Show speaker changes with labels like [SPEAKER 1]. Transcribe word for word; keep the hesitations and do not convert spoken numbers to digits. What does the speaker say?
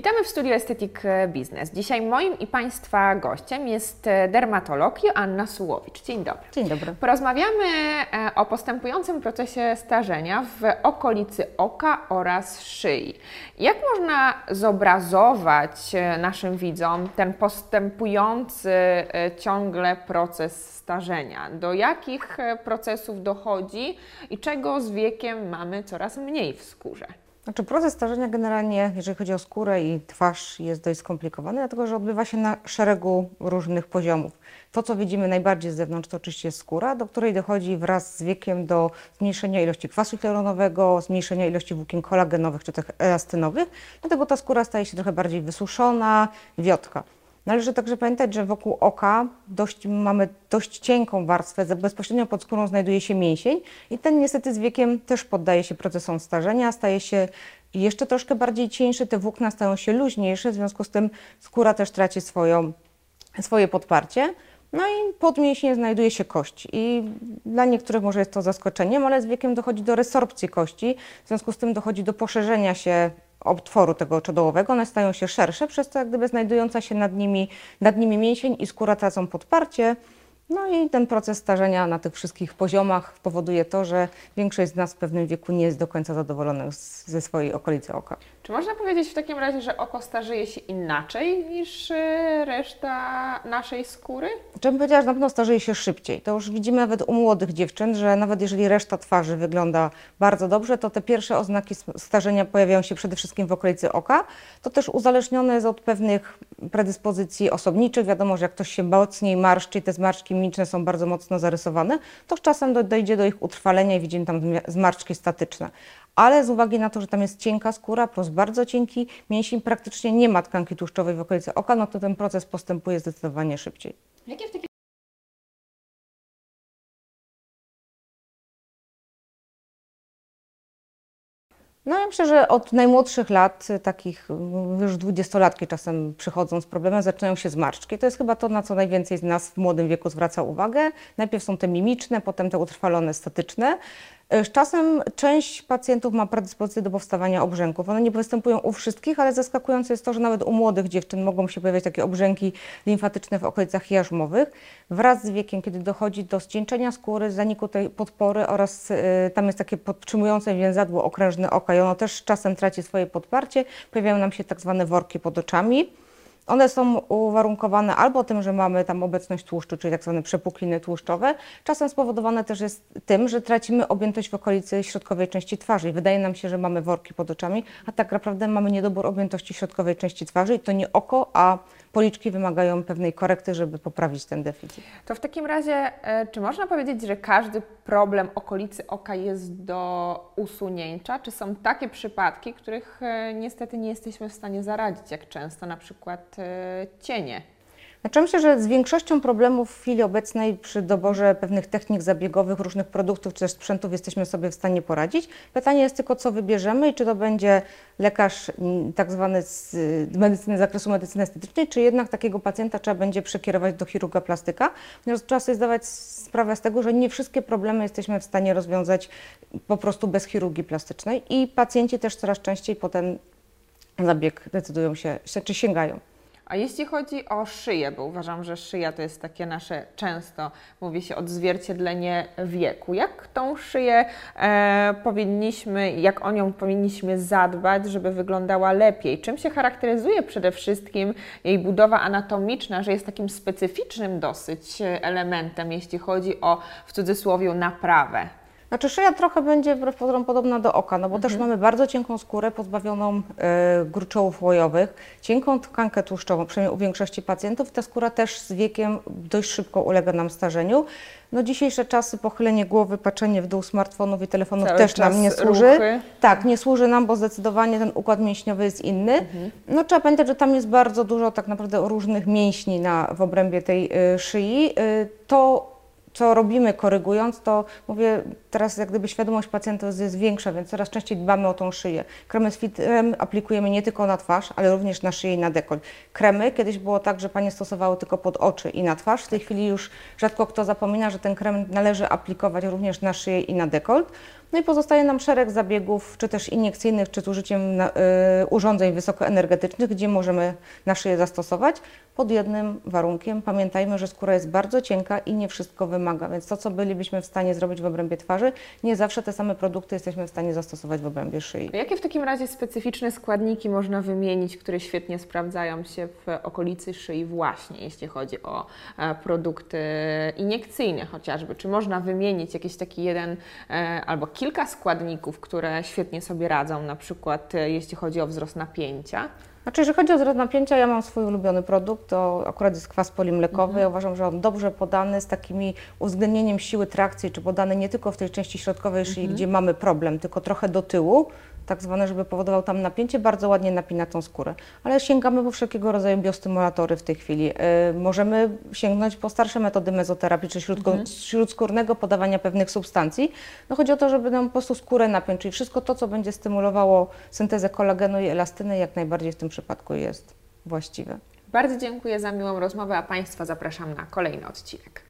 [SPEAKER 1] Witamy w studiu Aesthetic Business. Dzisiaj moim i Państwa gościem jest dermatolog Joanna Sułowicz. Dzień dobry.
[SPEAKER 2] Dzień dobry.
[SPEAKER 1] Porozmawiamy o postępującym procesie starzenia w okolicy oka oraz szyi. Jak można zobrazować naszym widzom ten postępujący ciągle proces starzenia? Do jakich procesów dochodzi i czego z wiekiem mamy coraz mniej w skórze?
[SPEAKER 2] Znaczy proces starzenia generalnie, jeżeli chodzi o skórę i twarz, jest dość skomplikowany, dlatego że odbywa się na szeregu różnych poziomów. To, co widzimy najbardziej z zewnątrz, to oczywiście jest skóra, do której dochodzi wraz z wiekiem do zmniejszenia ilości kwasu hialuronowego, zmniejszenia ilości włókien kolagenowych czy tych elastynowych, dlatego ta skóra staje się trochę bardziej wysuszona, wiotka. Należy także pamiętać, że wokół oka dość, mamy dość cienką warstwę, bezpośrednio pod skórą znajduje się mięsień i ten niestety z wiekiem też poddaje się procesom starzenia, staje się jeszcze troszkę bardziej cieńszy, te włókna stają się luźniejsze, w związku z tym skóra też traci swoją, swoje podparcie. No i pod mięśniem znajduje się kość i dla niektórych może jest to zaskoczeniem, ale z wiekiem dochodzi do resorpcji kości, w związku z tym dochodzi do poszerzenia się obtworu tego czodołowego, one stają się szersze, przez to jak gdyby znajdująca się nad nimi, nad nimi mięsień i skóra tracą podparcie. No i ten proces starzenia na tych wszystkich poziomach powoduje to, że większość z nas w pewnym wieku nie jest do końca zadowolona z, ze swojej okolicy oka.
[SPEAKER 1] Czy można powiedzieć w takim razie, że oko starzeje się inaczej niż reszta naszej skóry?
[SPEAKER 2] Czy bym powiedziała, że na pewno starzeje się szybciej. To już widzimy nawet u młodych dziewczyn, że nawet jeżeli reszta twarzy wygląda bardzo dobrze, to te pierwsze oznaki starzenia pojawiają się przede wszystkim w okolicy oka. To też uzależnione jest od pewnych predyspozycji osobniczych. Wiadomo, że jak ktoś się mocniej marszczy, te zmarszczki mimiczne są bardzo mocno zarysowane, to z czasem do, dojdzie do ich utrwalenia i widzimy tam zmarszczki statyczne. Ale z uwagi na to, że tam jest cienka skóra plus bardzo cienki mięsień, praktycznie nie ma tkanki tłuszczowej w okolicy oka, no to ten proces postępuje zdecydowanie szybciej.
[SPEAKER 1] Jakie w takim
[SPEAKER 2] No ja myślę, że od najmłodszych lat, takich już dwudziestolatki czasem przychodzą z problemem, zaczynają się zmarszczki. To jest chyba to, na co najwięcej z nas w młodym wieku zwraca uwagę. Najpierw są te mimiczne, potem te utrwalone, statyczne. Z czasem część pacjentów ma predyspozycję do powstawania obrzęków. One nie występują u wszystkich, ale zaskakujące jest to, że nawet u młodych dziewczyn mogą się pojawiać takie obrzęki limfatyczne w okolicach jarzmowych. Wraz z wiekiem, kiedy dochodzi do ścieńczenia skóry, zaniku tej podpory oraz y, tam jest takie podtrzymujące więzadło okrężne oka i ono też czasem traci swoje podparcie, pojawiają nam się tak zwane worki pod oczami. One są uwarunkowane albo tym, że mamy tam obecność tłuszczu, czyli tak zwane przepukliny tłuszczowe. Czasem spowodowane też jest tym, że tracimy objętość w okolicy środkowej części twarzy i wydaje nam się, że mamy worki pod oczami, a tak naprawdę mamy niedobór objętości środkowej części twarzy i to nie oko, a policzki wymagają pewnej korekty, żeby poprawić ten deficyt.
[SPEAKER 1] To w takim razie, czy można powiedzieć, że każdy problem okolicy oka jest do usunięcia? Czy są takie przypadki, których niestety nie jesteśmy w stanie zaradzić, jak często na przykład cienie?
[SPEAKER 2] Znaczy myślę, że z większością problemów w chwili obecnej przy doborze pewnych technik zabiegowych, różnych produktów czy też sprzętów jesteśmy sobie w stanie poradzić. Pytanie jest tylko, co wybierzemy i czy to będzie lekarz tak zwany z medycyny, zakresu medycyny estetycznej, czy jednak takiego pacjenta trzeba będzie przekierować do chirurga plastyka. Ponieważ trzeba sobie zdawać sprawę z tego, że nie wszystkie problemy jesteśmy w stanie rozwiązać po prostu bez chirurgii plastycznej i pacjenci też coraz częściej po ten zabieg decydują się, czy sięgają.
[SPEAKER 1] A jeśli chodzi o szyję, bo uważam, że szyja to jest takie nasze, często mówi się, odzwierciedlenie wieku. Jak tą szyję e, powinniśmy, jak o nią powinniśmy zadbać, żeby wyglądała lepiej? Czym się charakteryzuje przede wszystkim jej budowa anatomiczna, że jest takim specyficznym dosyć elementem, jeśli chodzi o, w cudzysłowie, naprawę?
[SPEAKER 2] Znaczy szyja trochę będzie wbrew pozorom podobna do oka, no bo mhm. też mamy bardzo cienką skórę pozbawioną y, gruczołów łojowych, cienką tkankę tłuszczową, przynajmniej u większości pacjentów. Ta skóra też z wiekiem dość szybko ulega nam starzeniu. No dzisiejsze czasy, pochylenie głowy, patrzenie w dół smartfonów i telefonów
[SPEAKER 1] Cały
[SPEAKER 2] też nam nie służy.
[SPEAKER 1] Ruchy.
[SPEAKER 2] Tak, nie służy nam, bo zdecydowanie ten układ mięśniowy jest inny. Mhm. No trzeba pamiętać, że tam jest bardzo dużo tak naprawdę różnych mięśni na, w obrębie tej y, szyi. Y, to co robimy korygując, to mówię, teraz jak gdyby świadomość pacjenta jest większa, więc coraz częściej dbamy o tą szyję. Kremy z filtrem aplikujemy nie tylko na twarz, ale również na szyję i na dekolt. Kremy, kiedyś było tak, że panie stosowały tylko pod oczy i na twarz. W tej chwili już rzadko kto zapomina, że ten krem należy aplikować również na szyję i na dekolt. No i pozostaje nam szereg zabiegów, czy też iniekcyjnych, czy z użyciem na, y, urządzeń wysokoenergetycznych, gdzie możemy na szyję zastosować pod jednym warunkiem. Pamiętajmy, że skóra jest bardzo cienka i nie wszystko wymaga, więc to, co bylibyśmy w stanie zrobić w obrębie twarzy, nie zawsze te same produkty jesteśmy w stanie zastosować w obrębie szyi.
[SPEAKER 1] Jakie w takim razie specyficzne składniki można wymienić, które świetnie sprawdzają się w okolicy szyi właśnie, jeśli chodzi o e, produkty iniekcyjne chociażby? Czy można wymienić jakiś taki jeden e, albo kilka składników, które świetnie sobie radzą, na przykład e, jeśli chodzi o wzrost napięcia?
[SPEAKER 2] Znaczy, jeżeli chodzi o wzrost napięcia, ja mam swój ulubiony produkt, to akurat jest kwas polimlekowy.
[SPEAKER 1] Mhm.
[SPEAKER 2] Ja uważam, że on dobrze podany, z takimi uwzględnieniem siły trakcji, czy podany nie tylko w tej części środkowej szyi,
[SPEAKER 1] Mhm.
[SPEAKER 2] gdzie mamy problem, tylko trochę do tyłu, tak zwane, żeby powodował tam napięcie, bardzo ładnie napina tą skórę. Ale sięgamy po wszelkiego rodzaju biostymulatory w tej chwili. Yy, możemy sięgnąć po starsze metody mezoterapii, czy śródko,
[SPEAKER 1] Mhm.
[SPEAKER 2] śródskórnego podawania pewnych substancji. No chodzi o to, żeby nam po prostu skórę napiąć, czyli wszystko to, co będzie stymulowało syntezę kolagenu i elastyny, jak najbardziej w tym przypadku jest właściwe.
[SPEAKER 1] Bardzo dziękuję za miłą rozmowę, a Państwa zapraszam na kolejny odcinek.